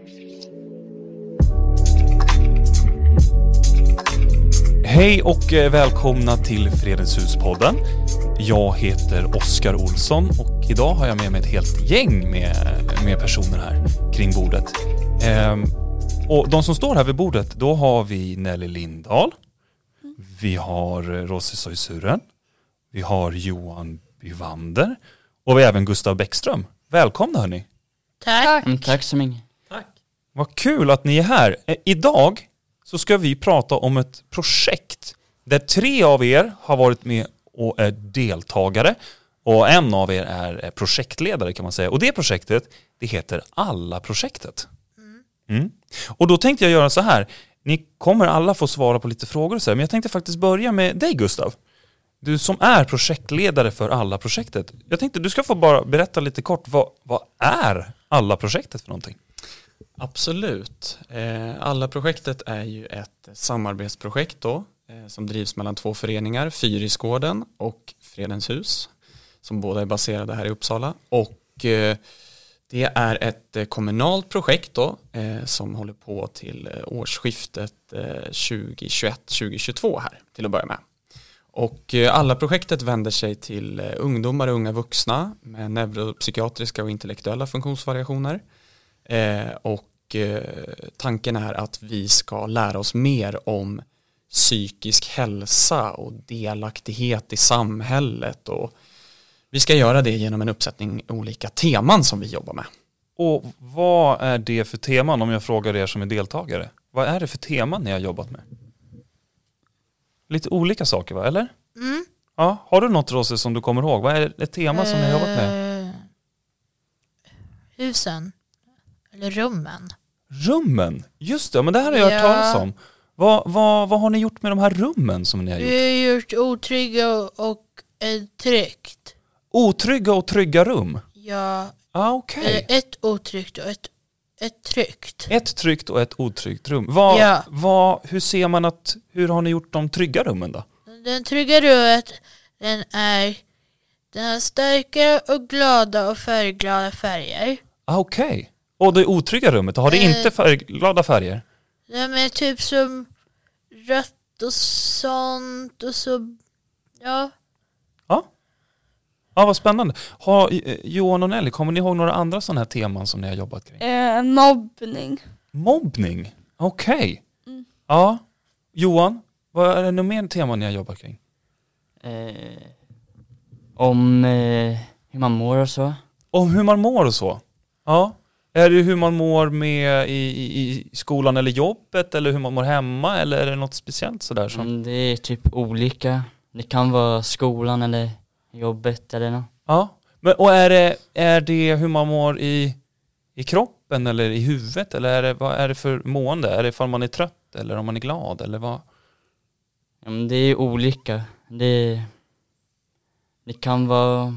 Hej och välkomna till Fredens Hus-podden. Jag heter Oskar Olsson och idag har jag med mig ett helt gäng med personer här kring bordet. Och de som står här vid bordet, då har vi Nelly Lindahl, vi har Rosie Soysuren, vi har Johan Byvander och vi har även Gustav Bäckström. Välkomna hörni. Tack. Tack så mycket. Tack. Vad kul att ni är här. Idag så ska vi prata om ett projekt där 3 av er har varit med och är deltagare och en av er är projektledare kan man säga. Och det projektet, det heter Alla-projektet. Och då tänkte jag göra så här. Ni kommer alla få svara på lite frågor och så här, men jag tänkte faktiskt börja med dig Gustav. Du som är projektledare för Alla-projektet. Jag tänkte du ska få bara berätta lite kort, vad är Alla-projektet för någonting? Absolut. Alla-projektet är ju ett samarbetsprojekt då, som drivs mellan 2 föreningar, Fyrisgården och Fredens Hus, som båda är baserade här i Uppsala. Och det är ett kommunalt projekt då, som håller på till årsskiftet 2021-2022 här till att börja med. Och Alla-projektet vänder sig till ungdomar och unga vuxna med neuropsykiatriska och intellektuella funktionsvariationer. Och tanken är att vi ska lära oss mer om psykisk hälsa och delaktighet i samhället, och vi ska göra det genom en uppsättning olika teman som vi jobbar med. Och vad är det för teman om jag frågar er som är deltagare? Vad är det för teman ni har jobbat med? Lite olika saker va, eller? Mm. Ja, har du något Rosie som du kommer ihåg? Vad är ett tema som ni har jobbat med? Husen. Eller rummen. Rummen? Just det, men det här har jag hört talas om. Vad har ni gjort med de här rummen som ni har gjort? Vi har gjort otrygga och tryggt. Otrygga och trygga rum? Ja. Okej. Ett otryggt och ett tryggt. Ett tryggt och ett otryggt rum. Hur ser man hur har ni gjort de trygga rummen då? Den trygga rummet, den har starka och glada och färgglada färger. Okej. Och det otrygga rummet, har det inte färgglada färger? De är typ som rött och sånt och så, ja. Ja, vad spännande. Johan och Nelly, kommer ni ihåg några andra sådana här teman som ni har jobbat kring? Mobbning. Mobbning? Okej. Ja. Johan, vad är det några mer teman ni har jobbat kring? Om hur man mår och så. Om hur man mår och så? Ja. Är det hur man mår med i skolan eller jobbet, eller hur man mår hemma, eller är det något speciellt sådär som? Det är typ olika. Det kan vara skolan eller jobbet eller något. Ja. Men, och är det hur man mår i kroppen eller i huvudet, eller vad är det för mående? Är det ifall man är trött eller om man är glad eller vad? Ja, men det är olika. Det kan vara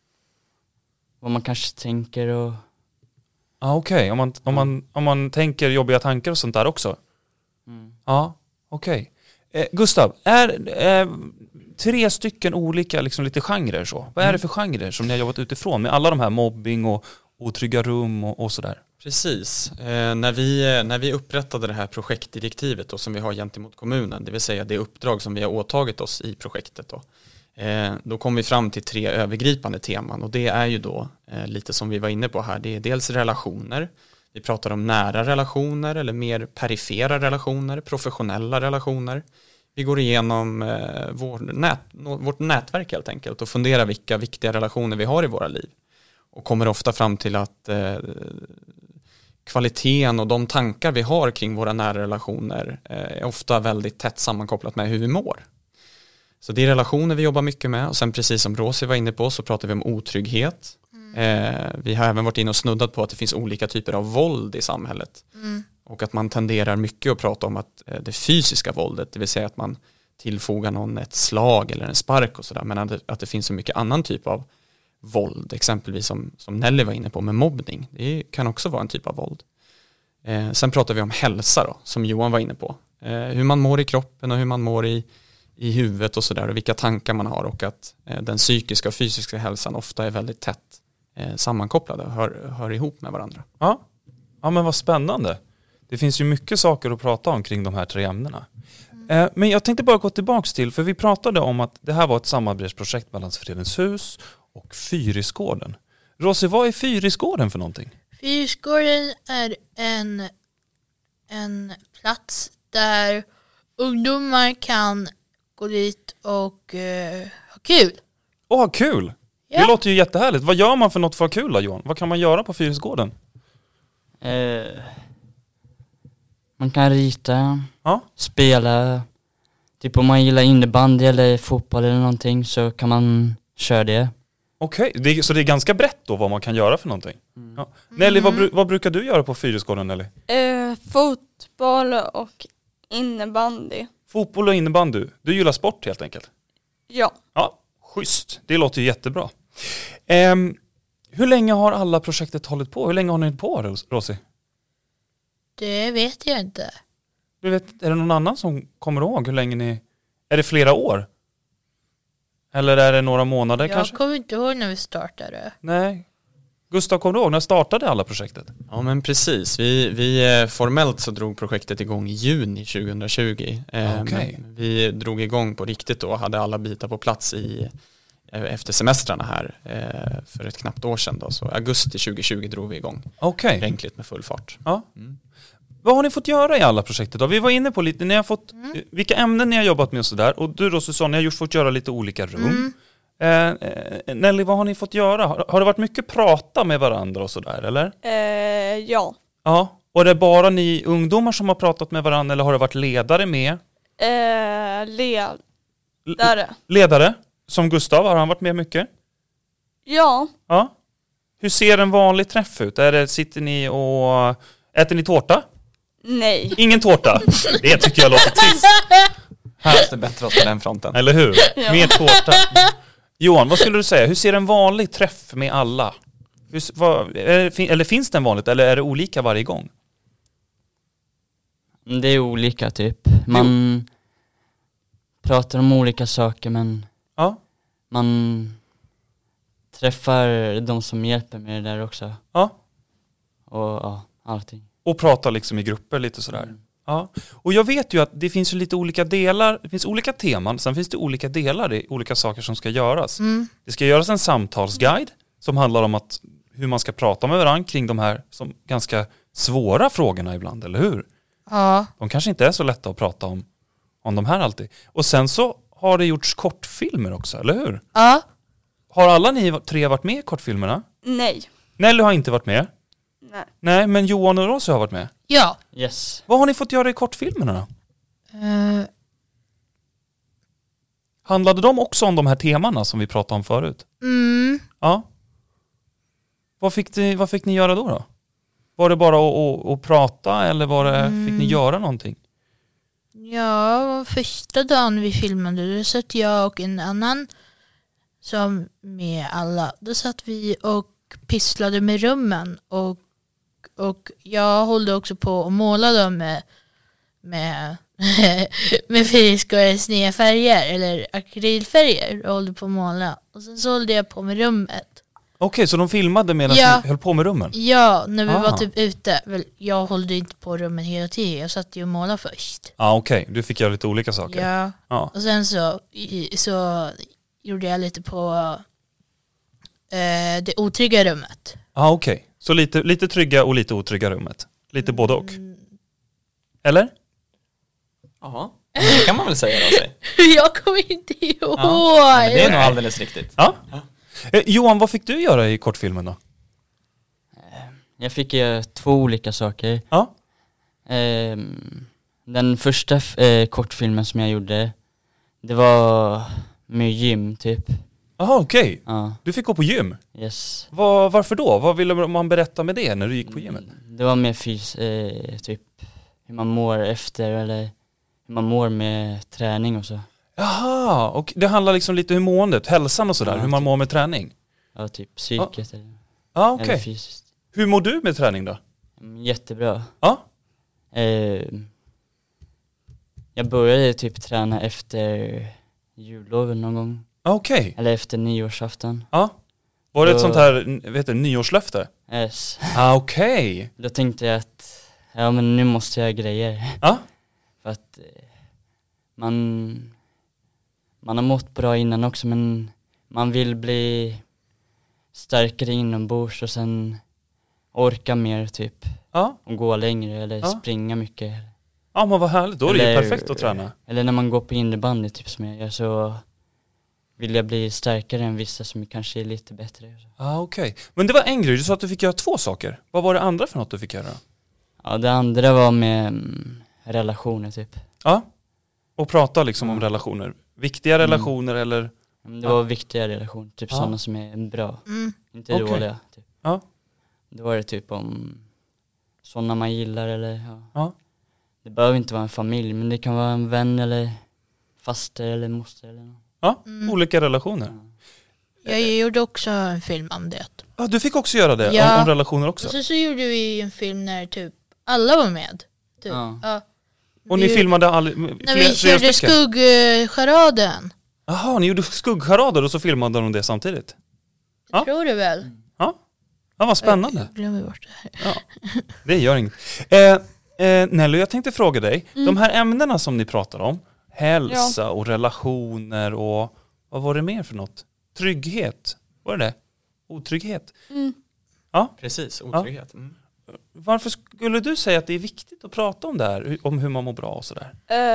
vad man kanske tänker och... Okej. Om man tänker jobbiga tankar och sånt där också? Ja, okej. Gustav, är 3 stycken olika liksom lite genrer så? Vad är det för genrer som ni har jobbat utifrån med alla de här mobbing och otrygga rum och sådär? Precis. När vi upprättade det här projektdirektivet då, som vi har gentemot kommunen, det vill säga det uppdrag som vi har åtagit oss i projektet då kom vi fram till 3 övergripande teman, och det är ju då lite som vi var inne på här. Det är dels relationer. Vi pratar om nära relationer eller mer perifera relationer, professionella relationer. Vi går igenom vårt nätverk helt enkelt och funderar vilka viktiga relationer vi har i våra liv. Och kommer ofta fram till att kvaliteten och de tankar vi har kring våra nära relationer är ofta väldigt tätt sammankopplat med hur vi mår. Så det är relationer vi jobbar mycket med, och sen precis som Rosie var inne på så pratar vi om otrygghet. Vi har även varit inne och snuddat på att det finns olika typer av våld i samhället. Och att man tenderar mycket att prata om att det fysiska våldet, det vill säga att man tillfogar någon ett slag eller en spark och sådär, men att det finns så mycket annan typ av våld, exempelvis som Nelly var inne på med mobbning. Det kan också vara en typ av våld. Sen pratar vi om hälsa då, som Johan var inne på. Hur man mår i kroppen och hur man mår i huvudet och sådär, och vilka tankar man har, och att den psykiska och fysiska hälsan ofta är väldigt tätt sammankopplade och hör ihop med varandra. Ja. Ja, men vad spännande. Det finns ju mycket saker att prata om kring de här 3 ämnena. Men jag tänkte bara gå tillbaka till, för vi pratade om att det här var ett samarbetsprojekt mellan Fredens hus och Fyrisgården. Rosie, vad är Fyrisgården för någonting? Fyrisgården är en plats där ungdomar kan gå dit och ha kul. Åh, kul! Ja. Det låter ju jättehärligt. Vad gör man för något för att ha kul då, Johan? Vad kan man göra på Fyrisgården? Man kan rita, Ja. spela, typ om man gillar innebandy eller fotboll eller någonting så kan man köra det. Okej, så det är ganska brett då vad man kan göra för någonting. Ja. Nelly, vad brukar du göra på Fyrisgården, Nelly? Fotboll och innebandy. Fotboll och innebandy. Du gillar sport helt enkelt. Ja. Ja, schysst. Det låter ju jättebra. Hur länge har alla projektet hållit på? Hur länge har ni hållit på, Rosie? Det vet jag inte. Du vet, är det någon annan som kommer ihåg hur länge ni... Är det flera år? Eller är det några månader kanske? Jag kommer inte ihåg när vi startade. Nej. Gustav, kommer du ihåg? När startade alla projektet? Ja, men precis. Vi formellt så drog projektet igång i juni 2020. Okej. Men vi drog igång på riktigt då, hade alla bitar på plats efter semestrarna här för ett knappt år sedan då. Så augusti 2020 drog vi igång. Okej. Ordentligt med full fart. Ja. Vad har ni fått göra i alla projektet då? Vi var inne på lite, ni har fått, vilka ämnen ni har jobbat med och sådär. Och du då, Susanne, ni har ju fått göra lite olika rum. Nelly, vad har ni fått göra? Har det varit mycket prata med varandra och sådär, eller? Ja. Ja. Och är det bara ni ungdomar som har pratat med varandra, eller har det varit ledare med? Ledare. Ledare? Som Gustav, har han varit med mycket? Ja. Ja. Hur ser en vanlig träff ut? Sitter ni och... Äter ni tårta? Nej. Ingen tårta? Det tycker jag låter trist. Här är det bättre oss på den fronten. Eller hur? Ja. Mer tårta. Johan, vad skulle du säga? Hur ser en vanlig träff med alla? Eller finns det en vanligt? Eller är det olika varje gång? Det är olika typ. Man pratar om olika saker men Ja. man träffar de som hjälper med det där också. Ja. Och ja, allting. Och pratar liksom i grupper lite sådär. Ja. Och jag vet ju att det finns ju lite olika delar, det finns olika teman, sen finns det olika delar i olika saker som ska göras. Det ska göras en samtalsguide som handlar om hur man ska prata med varandra kring de här som ganska svåra frågorna ibland, eller hur? Ja. De kanske inte är så lätta att prata om de här alltid. Och sen så har det gjorts kortfilmer också, eller hur? Ja. Har alla ni 3 varit med i kortfilmerna? Nej. Nelly har inte varit med. Nej. Nej, men Johan och Rosie har varit med. Ja. Yes. Vad har ni fått göra i kortfilmerna då? Handlade de också om de här temana som vi pratade om förut? Ja. Vad fick ni göra då? Var det bara att prata eller fick ni göra någonting? Ja, första dagen vi filmade då satt jag och en annan som med alla. Då satt vi och pisslade med rummen och jag hållde också på att måla dem med Fyrisgårdens nya färger eller akrylfärger och hållde på att måla. Och sen så hållde jag på med rummet. Okej, så de filmade medan ni höll på med rummen? Ja, när vi var typ ute. Jag hållde inte på rummen hela tiden. Jag satt ju och målade först. Ja, okej. Du fick göra lite olika saker. Ja. Och sen så gjorde jag lite på det otrygga rummet. Ja, okej. Så lite trygga och lite otrygga rummet. Lite både och. Eller? Ja, det kan man väl säga då sig. Jag kommer inte ihåg. Ja, men det är nog alldeles riktigt. Ja. Johan, vad fick du göra i kortfilmen då? Jag fick göra 2 olika saker. Ja. Den första kortfilmen som jag gjorde, det var med gym typ. Jaha, okej. Ja. Du fick gå på gym. Yes. Varför då? Vad ville man berätta med det när du gick på gymmet? Det var mer typ hur man mår efter eller hur man mår med träning och så. Jaha, och det handlar liksom lite om hur måendet, hälsan och sådär, hur man mår med träning. Ja, typ psyket eller okej. fysiskt. Hur mår du med träning då? Jättebra. Ja. Jag började typ träna efter julloven någon gång. Okej. Eller efter nyårsafton. Ja. Var det ett Då- sånt här nyårslöfte? Yes. Okej. Då tänkte jag att ja, men nu måste jag göra grejer. Ja. För att man har mått bra innan också, men man vill bli starkare inombords och sen orka mer typ. Ja. Och gå längre eller Ja. springa mycket. Ja, men vad härligt. Då är det ju Eller- perfekt att träna. Eller när man går på innebandy typ som jag gör, så vill jag bli starkare än vissa som kanske är lite bättre. Okej. Men det var en grej, du sa att du fick göra 2 saker. Vad var det andra för något du fick göra? Ja, det andra var med relationer typ. Ja. Och prata liksom om relationer. Viktiga relationer eller? Men det var viktiga relationer, typ Ja. sådana som är bra, inte Okej. dåliga. Typ. Ja. Då var det typ om sådana man gillar eller Ja. Det behöver inte vara en familj, men det kan vara en vän eller faster eller moster eller något. Ja, olika relationer. Jag gjorde också en film om det. Ja, du fick också göra det, Ja. om relationer också. Och så gjorde vi en film när typ alla var med. Typ. Ja. Ja. Och ni filmade aldrig När vi körde skuggcharaden. Jaha, ni gjorde skuggcharader och så filmade de det samtidigt? Ja. Jag tror det väl. Ja, vad spännande. Jag glömmer bort det här. Det gör inget. Nelly, jag tänkte fråga dig. De här ämnena som ni pratar om, hälsa och relationer och vad var det mer för något? Trygghet, var det det? Otrygghet? Ja, Precis, otrygghet. Mm. varför skulle du säga att det är viktigt att prata om det här, om hur man mår bra och sådär?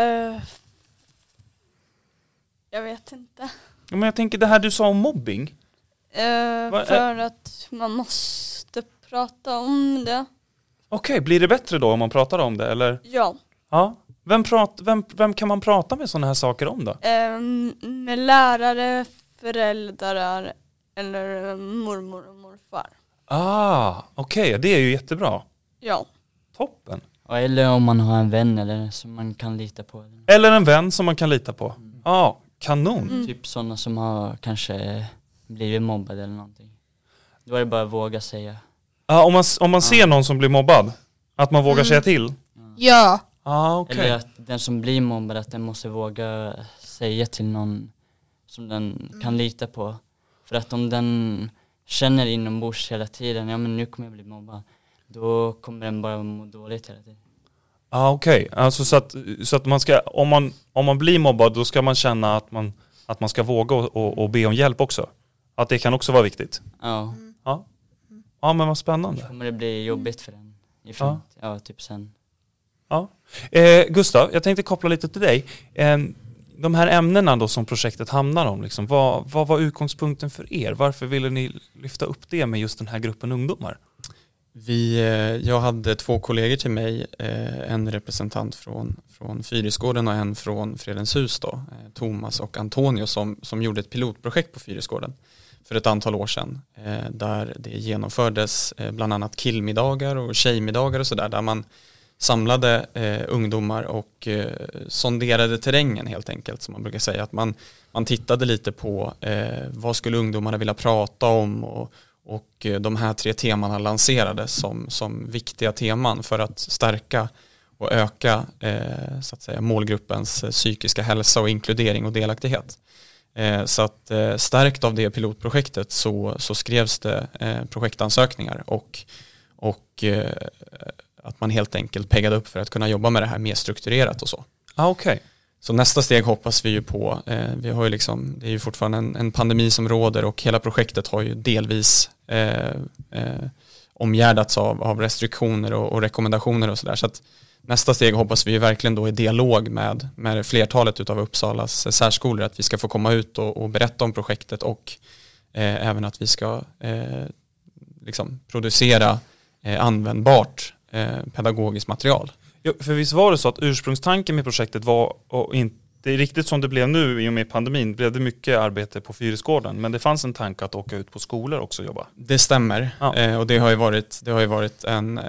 Jag vet inte. Men jag tänker det här du sa om mobbing. För att man måste prata om det. Okej, blir det bättre då om man pratar om det, eller? Ja. Ja. Vem kan man prata med sådana här saker om då? Med lärare, föräldrar eller mormor och morfar. Okej, det är ju jättebra. Ja. Toppen. Ja, eller om man har en vän eller som man kan lita på. Eller en vän som man kan lita på. Ja, kanon. Typ sådana som har kanske blivit mobbade eller någonting. Då är det bara att våga säga. Ja, om man ser någon som blir mobbad, att man vågar säga till. Ja. Okej. Eller att den som blir mobbad, att den måste våga säga till någon som den kan lita på. För att om den känner inombords hela tiden, ja men nu kommer jag bli mobbad, då kommer den bara må dåligt hela tiden. Okej. Alltså så att man ska, om man blir mobbad, då ska man känna att man ska våga och be om hjälp också. Att det kan också vara viktigt. Ja, Ja, men vad spännande. kommer det bli jobbigt för den i typ sen. Ja. Gustav, jag tänkte koppla lite till dig. De här ämnena då som projektet handlar om, liksom, vad var utgångspunkten för er? Varför ville ni lyfta upp det med just den här gruppen ungdomar? Jag hade 2 kollegor till mig, en representant från Fyrisgården och en från Fredens hus då, Thomas och Antonio som gjorde ett pilotprojekt på Fyrisgården för ett antal år sedan, där det genomfördes bland annat killmiddagar och tjejmiddagar och sådär, där man samlade ungdomar och sonderade terrängen helt enkelt, som man brukar säga, att man tittade lite på vad skulle ungdomarna vilja prata om, och de här 3 temana lanserades som viktiga teman för att stärka och öka så att säga, målgruppens psykiska hälsa och inkludering och delaktighet. Så att stärkt av det pilotprojektet så skrevs det projektansökningar och att man helt enkelt peggade upp för att kunna jobba med det här mer strukturerat och så. Okej. Så nästa steg hoppas vi ju på, vi har ju liksom, det är ju fortfarande en pandemi som råder och hela projektet har ju delvis omgärdats av restriktioner och rekommendationer och sådär. Så att nästa steg hoppas vi ju verkligen då i dialog med flertalet utav Uppsalas särskolor, att vi ska få komma ut och berätta om projektet och även att vi ska liksom producera användbart pedagogiskt material. Ja, för visst var det så att ursprungstanken med projektet var, och inte riktigt som det blev nu i och med pandemin, blev det mycket arbete på Fyrisgården, men det fanns en tanke att åka ut på skolor också och jobba. Det stämmer, Ja. och det har ju varit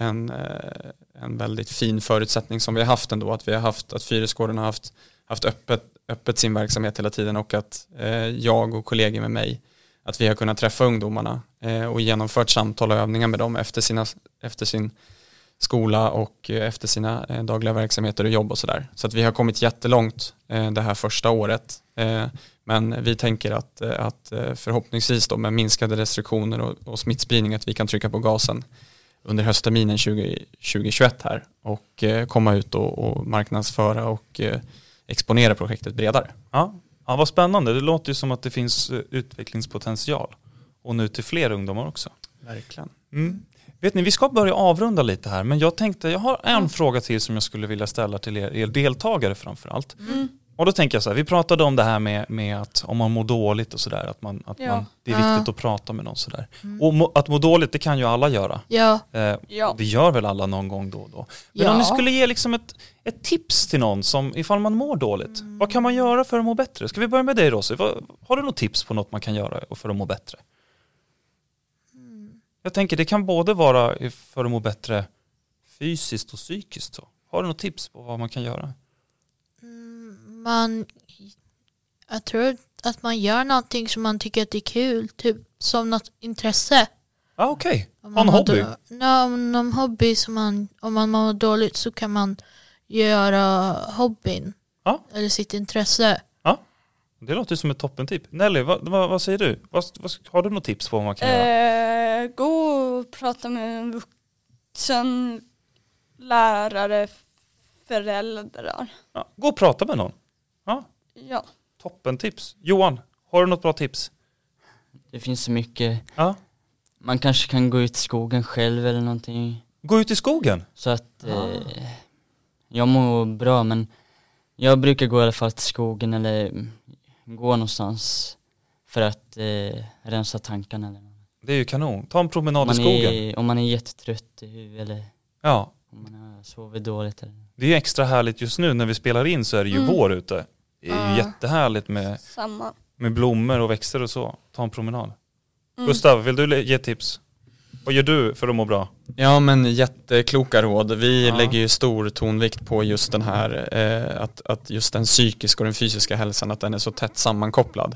en väldigt fin förutsättning som vi har haft ändå, att Fyrisgården har haft öppet sin verksamhet hela tiden, och att jag och kollegor med mig, att vi har kunnat träffa ungdomarna och genomfört samtal och övningar med dem efter skola och efter sina dagliga verksamheter och jobb och sådär. Så att vi har kommit jättelångt det här första året. Men vi tänker att förhoppningsvis då med minskade restriktioner och smittspridning att vi kan trycka på gasen under höstterminen 2021 här och komma ut och marknadsföra och exponera projektet bredare. Ja, vad spännande. Det låter ju som att det finns utvecklingspotential och nu till fler ungdomar också. Verkligen. Mm. Vet ni, vi ska börja avrunda lite här, men jag har en fråga till som jag skulle vilja ställa till er deltagare framförallt. Och då tänker jag så här, vi pratade om det här med att om man mår dåligt och sådär, att det är viktigt att prata med någon sådär. Och att må dåligt, det kan ju alla göra. Ja. Det gör väl alla någon gång då och då. Men om ni skulle ge liksom ett tips till någon som ifall man mår dåligt, vad kan man göra för att må bättre? Ska vi börja med dig, Rosie? Har du något tips på något man kan göra för att må bättre? Jag tänker det kan både vara för att må bättre fysiskt och psykiskt. Så. Har du något tips på vad man kan göra? Jag tror att man gör någonting som man tycker att det är kul. Typ som något intresse. Ja, okej. Ha en hobby? Någon hobby som om man mår dåligt så kan man göra hobbyn. Ja. Eller sitt intresse. Ja, det låter som ett toppentipp. Nelly, vad säger du? Har du något tips på vad man kan göra? Gå och prata med en vuxen, lärare, föräldrar. Ja, gå och prata med någon. Ja. Toppentips. Johan, har du något bra tips? Det finns så mycket. Ja. Man kanske kan gå ut i skogen själv eller någonting. Gå ut i skogen? Så att jag mår bra, men jag brukar gå i alla fall till skogen eller gå någonstans för att rensa tankarna. Eller. Det är ju kanon. Ta en promenad i skogen. Om man är jättetrött i huvudet eller om man har sovit dåligt. Eller. Det är ju extra härligt just nu när vi spelar in så är det ju vår ute. Det är ju jättehärligt med blommor och växter och så. Ta en promenad. Gustav, vill du ge tips? Vad gör du för att må bra? Ja, men jättekloka råd. Vi lägger ju stor tonvikt på just den här att just den psykiska och den fysiska hälsan, att den är så tätt sammankopplad.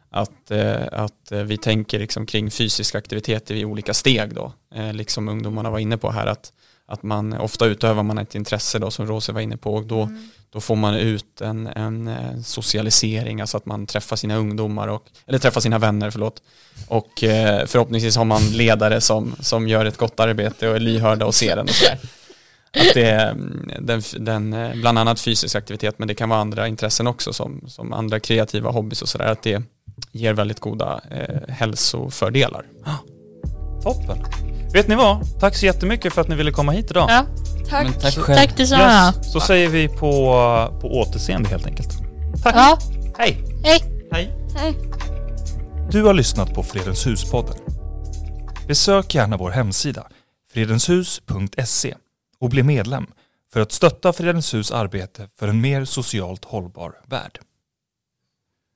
Att vi tänker liksom kring fysisk aktivitet i olika steg då. Liksom ungdomarna var inne på här, att man ofta utövar man ett intresse då, som Rosie var inne på, och då får man ut en socialisering, alltså att man träffar sina ungdomar eller träffar sina vänner, och förhoppningsvis har man ledare som gör ett gott arbete och är lyhörda och ser den och sådär. Att det är den bland annat fysisk aktivitet, men det kan vara andra intressen också som andra kreativa hobbys och sådär, att det ger väldigt goda hälsofördelar. Toppen. Vet ni vad? Tack så jättemycket för att ni ville komma hit idag. Ja. Tack. Men tack själv. Tack detsamma. Yes, så säger vi på återseende helt enkelt. Tack. Ja. Hej. Hej. Du har lyssnat på Fredens Hus-podden. Besök gärna vår hemsida fredenshus.se och bli medlem för att stötta Fredens Hus arbete för en mer socialt hållbar värld.